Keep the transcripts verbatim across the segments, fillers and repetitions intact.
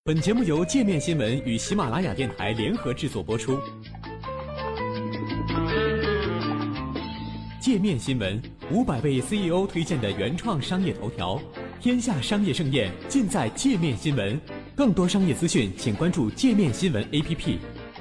本节目由界面新闻与喜马拉雅电台联合制作播出。界面新闻五百位 C E O 推荐的原创商业头条，天下商业盛宴尽在界面新闻。更多商业资讯，请关注界面新闻 A P P。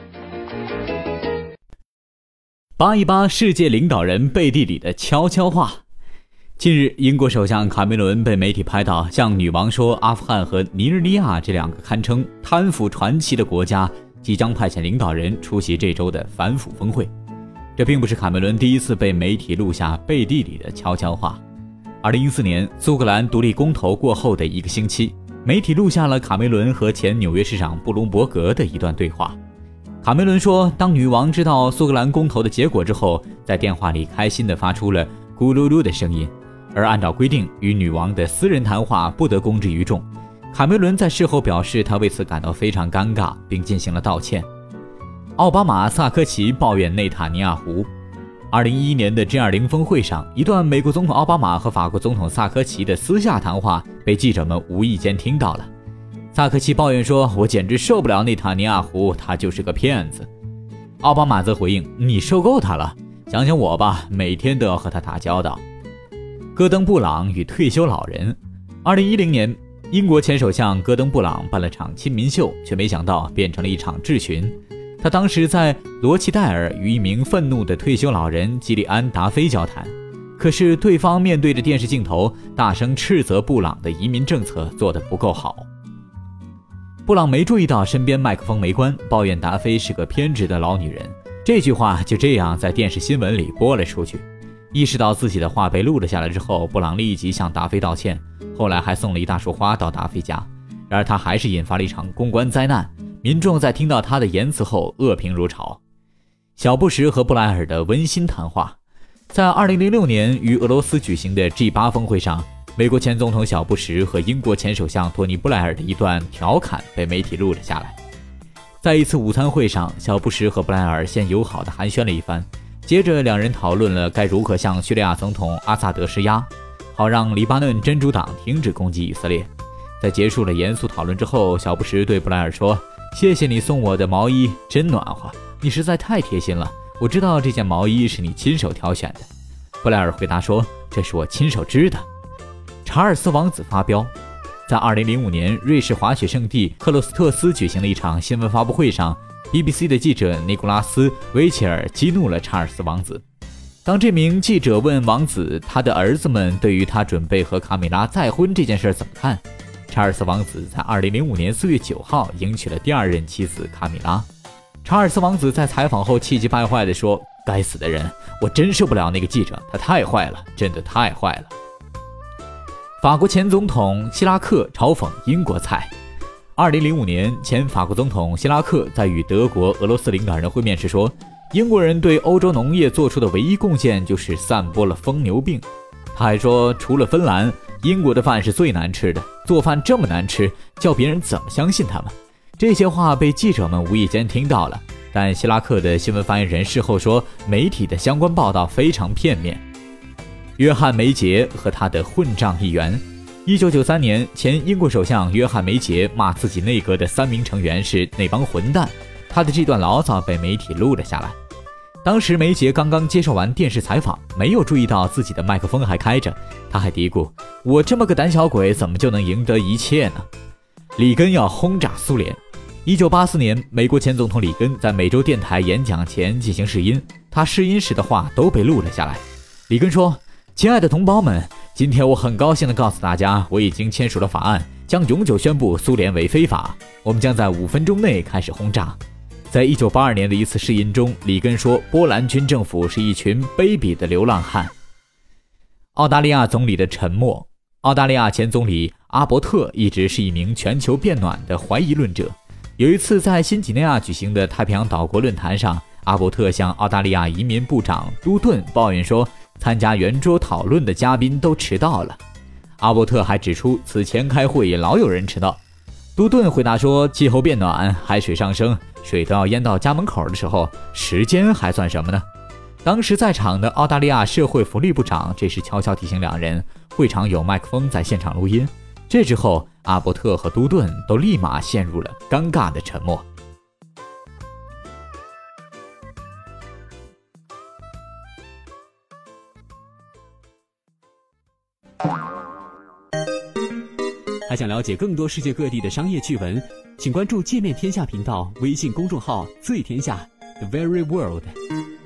扒一扒世界领导人背地里的悄悄话。近日，英国首相卡梅伦被媒体拍到向女王说，阿富汗和尼日利亚这两个堪称贪腐传奇的国家即将派遣领导人出席这周的反腐峰会。这并不是卡梅伦第一次被媒体录下背地里的悄悄话。二零一四年苏格兰独立公投过后的一个星期，媒体录下了卡梅伦和前纽约市长布隆伯格的一段对话。卡梅伦说，当女王知道苏格兰公投的结果之后，在电话里开心地发出了咕噜噜的声音。而按照规定，与女王的私人谈话不得公之于众。卡梅伦在事后表示，他为此感到非常尴尬，并进行了道歉。奥巴马、萨科齐抱怨内塔尼亚胡。二零一一年的 G 二十 峰会上，一段美国总统奥巴马和法国总统萨科齐的私下谈话被记者们无意间听到了。萨科齐抱怨说，我简直受不了内塔尼亚胡，他就是个骗子。奥巴马则回应，你受够他了，想想我吧，每天都要和他打交道。戈登布朗与退休老人。二零一零年，英国前首相戈登布朗办了场亲民秀，却没想到变成了一场质询。他当时在罗奇代尔与一名愤怒的退休老人基里安·达菲交谈，可是对方面对着电视镜头大声斥责布朗的移民政策做得不够好。布朗没注意到身边麦克风没关，抱怨达菲是个偏执的老女人。这句话就这样在电视新闻里播了出去。意识到自己的话被录了下来之后，布朗立即向达菲道歉，后来还送了一大束花到达菲家。然而他还是引发了一场公关灾难，民众在听到他的言辞后恶评如潮。小布什和布莱尔的温馨谈话。在二零零六年于俄罗斯举行的 G 八 峰会上，美国前总统小布什和英国前首相托尼·布莱尔的一段调侃被媒体录了下来。在一次午餐会上，小布什和布莱尔先友好地寒暄了一番，接着两人讨论了该如何向叙利亚总统阿萨德施压，好让黎巴嫩真主党停止攻击以色列。在结束了严肃讨论之后，小布什对布莱尔说，谢谢你送我的毛衣，真暖和，你实在太贴心了，我知道这件毛衣是你亲手挑选的。布莱尔回答说，这是我亲手织的。查尔斯王子发飙。在二零零五年瑞士滑雪圣地克洛斯特斯举行了一场新闻发布会上， B B C 的记者尼古拉斯·维切尔激怒了查尔斯王子。当这名记者问王子他的儿子们对于他准备和卡米拉再婚这件事怎么看，查尔斯王子在二零零五年四月九号迎娶了第二任妻子卡米拉。查尔斯王子在采访后气急败坏地说，该死的人，我真受不了那个记者，他太坏了，真的太坏了。法国前总统希拉克嘲讽英国菜。二零零五年，前法国总统希拉克在与德国、俄罗斯领导人会面时说，英国人对欧洲农业做出的唯一贡献就是散播了疯牛病。他还说，除了芬兰，英国的饭是最难吃的，做饭这么难吃，叫别人怎么相信他们？这些话被记者们无意间听到了，但希拉克的新闻发言人事后说，媒体的相关报道非常片面。约翰梅杰和他的混账议员。一九九三年，前英国首相约翰梅杰骂自己内阁的三名成员是那帮混蛋，他的这段牢骚被媒体录了下来。当时梅杰刚刚接受完电视采访，没有注意到自己的麦克风还开着，他还嘀咕，我这么个胆小鬼怎么就能赢得一切呢？里根要轰炸苏联。一九八四年，美国前总统里根在美洲电台演讲前进行试音，他试音时的话都被录了下来。里根说，亲爱的同胞们，今天我很高兴地告诉大家，我已经签署了法案，将永久宣布苏联为非法。我们将在五分钟内开始轰炸。在一九八二年的一次试音中，里根说，波兰军政府是一群卑鄙的流浪汉。澳大利亚总理的沉默。澳大利亚前总理阿伯特一直是一名全球变暖的怀疑论者。有一次在新几内亚举行的太平洋岛国论坛上，阿伯特向澳大利亚移民部长都顿抱怨说，参加圆桌讨论的嘉宾都迟到了。阿伯特还指出，此前开会也老有人迟到。都顿回答说，气候变暖，海水上升，水都要淹到家门口的时候，时间还算什么呢？当时在场的澳大利亚社会福利部长这时悄悄提醒两人，会场有麦克风在现场录音， 这之后，阿伯特和都顿都立马陷入了尴尬的沉默。 还想了解更多世界各地的商业趣闻，请关注界面天下频道微信公众号“最天下 The Very World”。